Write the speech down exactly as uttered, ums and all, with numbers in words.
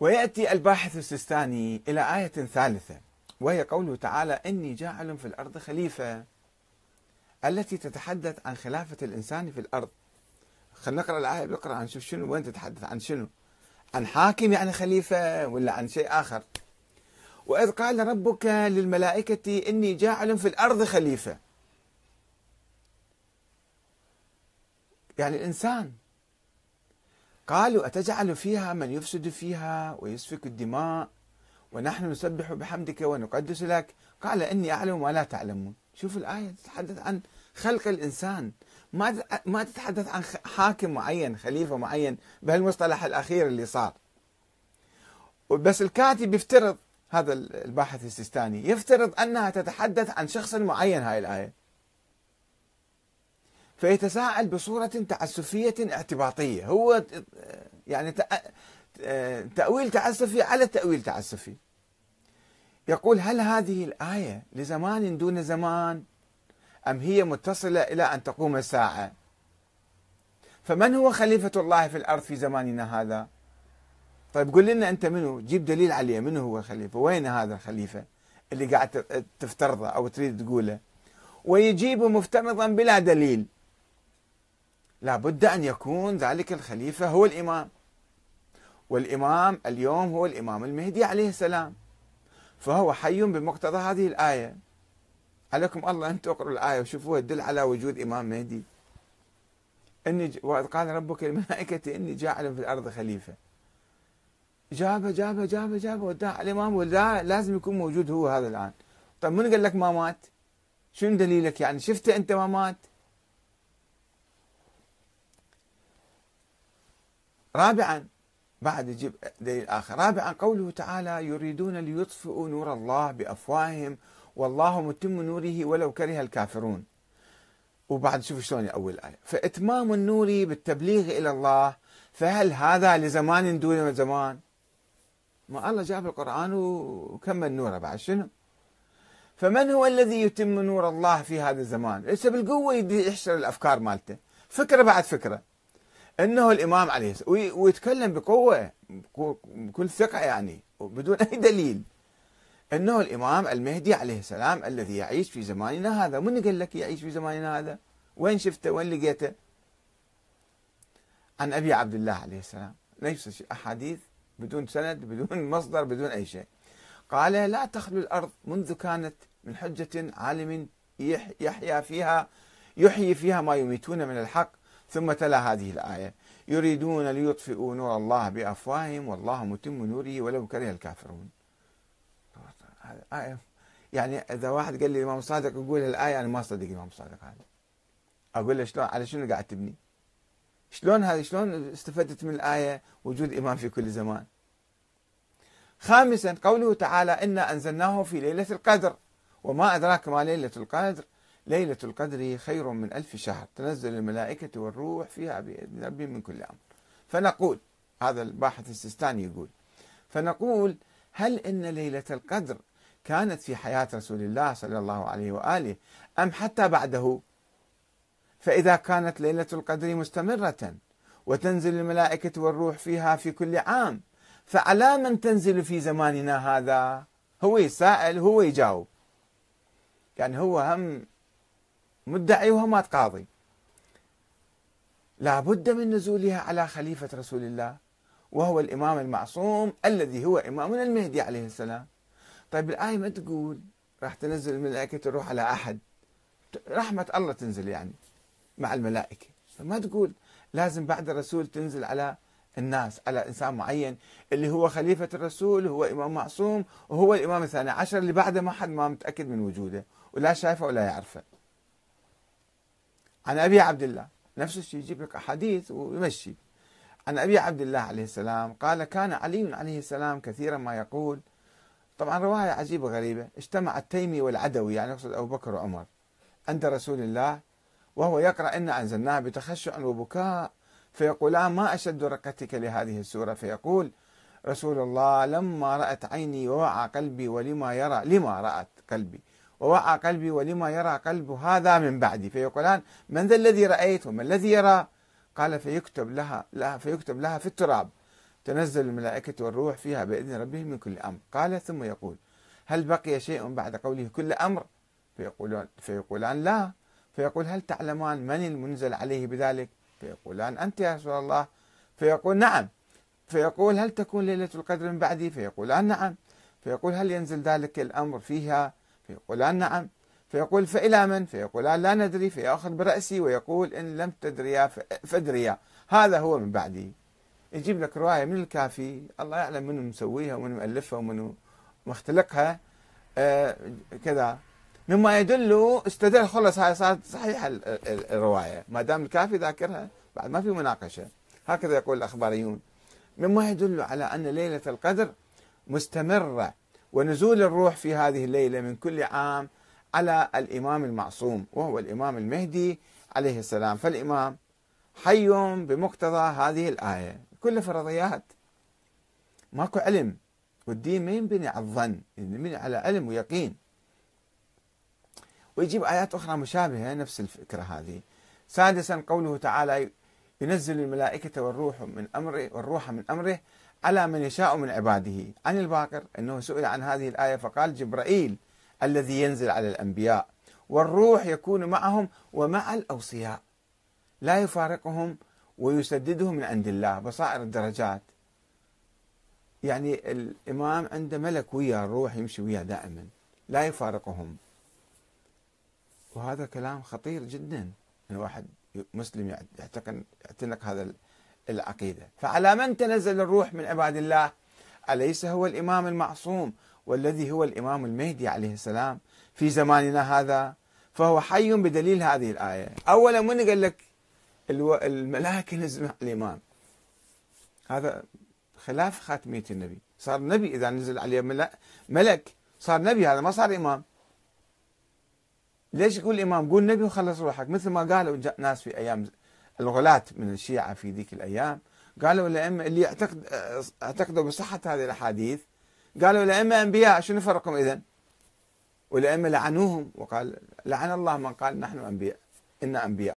ويأتي الباحث السيستاني إلى آية ثالثة، وهي قوله تعالى: إني جاعل في الأرض خليفة، التي تتحدث عن خلافة الإنسان في الأرض. خلينا نقرأ الآية، بنقرأ عن شوف شنو، وين تتحدث عن شنو، عن حاكم يعني خليفة ولا عن شيء آخر. وإذ قال ربك للملائكة إني جاعل في الأرض خليفة، يعني الإنسان. قالوا أتجعل فيها من يفسد فيها ويسفك الدماء ونحن نسبح بحمدك ونقدس لك، قال إني أعلم ما لا تعلمون. شوف الآية تتحدث عن خلق الإنسان، ما ما تتحدث عن حاكم معين، خليفة معين بهالمصطلح الأخير اللي صار. بس الكاتب يفترض، هذا الباحث السيستاني يفترض أنها تتحدث عن شخص معين هاي الآية، فيتساءل بصورة تعسفية اعتباطية. هو يعني تأويل تعسفي على تأويل تعسفي. يقول: هل هذه الآية لزمان دون زمان، أم هي متصلة إلى أن تقوم الساعة؟ فمن هو خليفة الله في الأرض في زماننا هذا؟ طيب قل لنا أنت منو، جيب دليل عليه، منو هو الخليفة، وين هذا الخليفة اللي قاعد تفترضه أو تريد تقوله؟ ويجيب مفترضا بلا دليل. لا بد أن يكون ذلك الخليفة هو الإمام، والإمام اليوم هو الإمام المهدي عليه السلام، فهو حي بمقتضى هذه الآية. عليكم الله أن تقرأوا الآية وشوفوها تدل على وجود إمام مهدي. إني وإذ قال ربك للملائكة إني جاعل في الأرض خليفة، جابه جابه جابه جابه وداه الإمام، ولا لازم يكون موجود هو هذا الآن. طيب من قال لك ما مات؟ شنو دليلك يعني؟ شفته أنت ما مات؟ رابعا، بعد يجيب دليل آخر. رابعا قوله تعالى: يريدون ليطفئوا نور الله بأفواههم والله متم نوره ولو كره الكافرون. وبعد شوف شلون أول آية: فإتمام النور بالتبليغ إلى الله، فهل هذا لزمان دون زمان؟ ما الله جاب القرآن وكمل نوره بعد شنو؟ فمن هو الذي يتم نور الله في هذا الزمان؟ ليس بالقوة يحشر الأفكار مالته، فكرة بعد فكرة، انه الامام عليه السلام، ويتكلم بقوه بكل ثقه يعني وبدون اي دليل، انه الامام المهدي عليه السلام الذي يعيش في زماننا هذا. من قال لك يعيش في زماننا هذا؟ وين شفته؟ وين لقيته؟ عن ابي عبد الله عليه السلام، ليس احاديث بدون سند بدون مصدر بدون اي شيء. قال: لا تخلو الارض منذ كانت من حجه عالم يحيا فيها يحيي فيها ما يميتون من الحق. ثم تلا هذه الآية: يريدون ليطفئوا نور الله بأفواههم والله متم نوره ولو كره الكافرون. آية يعني إذا واحد قال لي الإمام الصادق يقول الآية، أنا ما أصدق الإمام الصادق هذا. أقول له شلون، على شنو قاعد تبني؟ شلون هذا، شلون استفدت من الآية وجود إمام في كل زمان؟ خامسا قوله تعالى: إنا أنزلناه في ليلة القدر وما أدراك ما ليلة القدر، ليلة القدر خير من ألف شهر تنزل الملائكة والروح فيها بإذن ربهم من كل أمر. فنقول، هذا الباحث السيستاني يقول، فنقول: هل إن ليلة القدر كانت في حياة رسول الله صلى الله عليه وآله أم حتى بعده؟ فإذا كانت ليلة القدر مستمرة وتنزل الملائكة والروح فيها في كل عام، فعلى من تنزل في زماننا هذا؟ هو يسائل، هو يجاوب، يعني هو هم مدعي وهو ما تقاضي. لا بد من نزولها على خليفة رسول الله وهو الإمام المعصوم الذي هو إمامنا المهدي عليه السلام. طيب الآية ما تقول راح تنزل الملائكة الروح على أحد، رحمة الله تنزل يعني مع الملائكة، فما تقول لازم بعد الرسول تنزل على الناس، على إنسان معين اللي هو خليفة الرسول، هو إمام معصوم وهو الإمام الثاني عشر اللي بعده ما حد ما متأكد من وجوده ولا شايفه ولا يعرفه. عن أبي عبد الله نفس الشيء، يجيب لك أحاديث ويمشي. عن أبي عبد الله عليه السلام قال: كان علي عليه السلام كثيرا ما يقول، طبعا رواية عجيبة غريبة، اجتمع التيمي والعدوي، يعني يقصد أبو بكر وعمر، عند رسول الله وهو يقرأ إنا أنزلناه بتخشع وبكاء، فيقولان: ما أشد رقتك لهذه السورة؟ فيقول رسول الله: لما رأت عيني ووعى قلبي ولما يرى لما رأت قلبي ووعى قلبي ولما يرى قلب هذا من بعدي. فيقولان: من ذا الذي رأيت وما الذي يرى؟ قال: فيكتب لها, لها فيكتب لها في التراب، تنزل الملائكة والروح فيها بإذن ربهم من كل أمر. قال ثم يقول هل بقي شيء بعد قوله كل أمر؟ فيقولون فيقولان لا. فيقول هل تعلمان من المنزل عليه بذلك؟ فيقولان أنت يا رسول الله. فيقول نعم. فيقول هل تكون ليلة القدر من بعدي؟ فيقولان نعم. فيقول هل ينزل ذلك الأمر فيها؟ فيقولان نعم. فيقول فإلى من؟ فيقولان لا ندري. فيأخذ برأسي ويقول إن لم تدريا فادريا، هذا هو من بعدي. يجيب لك رواية من الكافي، الله يعلم منو مسويها ومنو مؤلفها ومنو مختلقها، آه كذا، مما يدل استدل خلص هاي صارت صحيحة الرواية ما دام الكافي ذاكرها بعد ما في مناقشة. هكذا يقول الأخباريون، مما يدل على أن ليلة القدر مستمرة، ونزول الروح في هذه الليلة من كل عام على الإمام المعصوم وهو الإمام المهدي عليه السلام. فالإمام حي بمقتضى هذه الآية. كل فرضيات، ماكو علم، والدين ما ينبني على الظن، ينبني على علم ويقين. ويجيب آيات أخرى مشابهة نفس الفكرة هذه. سادسا قوله تعالى ينزل الملائكة والروح من أمره والروح من أمره على من يشاء من عباده. عن الباقر أنه سئل عن هذه الآية فقال جبرائيل الذي ينزل على الأنبياء، والروح يكون معهم ومع الأوصياء لا يفارقهم ويسددهم من عند الله. بصائر الدرجات، يعني الإمام عنده ملك ويا الروح يمشي وياه دائما لا يفارقهم. وهذا كلام خطير جدا أن واحد مسلم يعتقد يعتنق هذا العقيدة. فعلى من تنزل الروح من عباد الله؟ أليس هو الإمام المعصوم والذي هو الإمام المهدي عليه السلام في زماننا هذا؟ فهو حي بدليل هذه الآية. أولا من قال لك الملائكة نزلوا على الإمام؟ هذا خلاف خاتمية النبي، صار نبي إذا نزل عليه ملك صار نبي، هذا ما صار إمام. ليش يقول إمام؟ قول نبي وخلص روحك، مثل ما قالوا ناس في أيام الغلاة من الشيعة في ذيك الأيام، قالوا الأئمة اللي يعتقد اعتقدوا بصحة هذه الأحاديث، قالوا الأئمة أنبياء، شنو فرقهم إذن؟ والأئمة لعنوهم وقال لعن الله من قال نحن أنبياء إن أنبياء.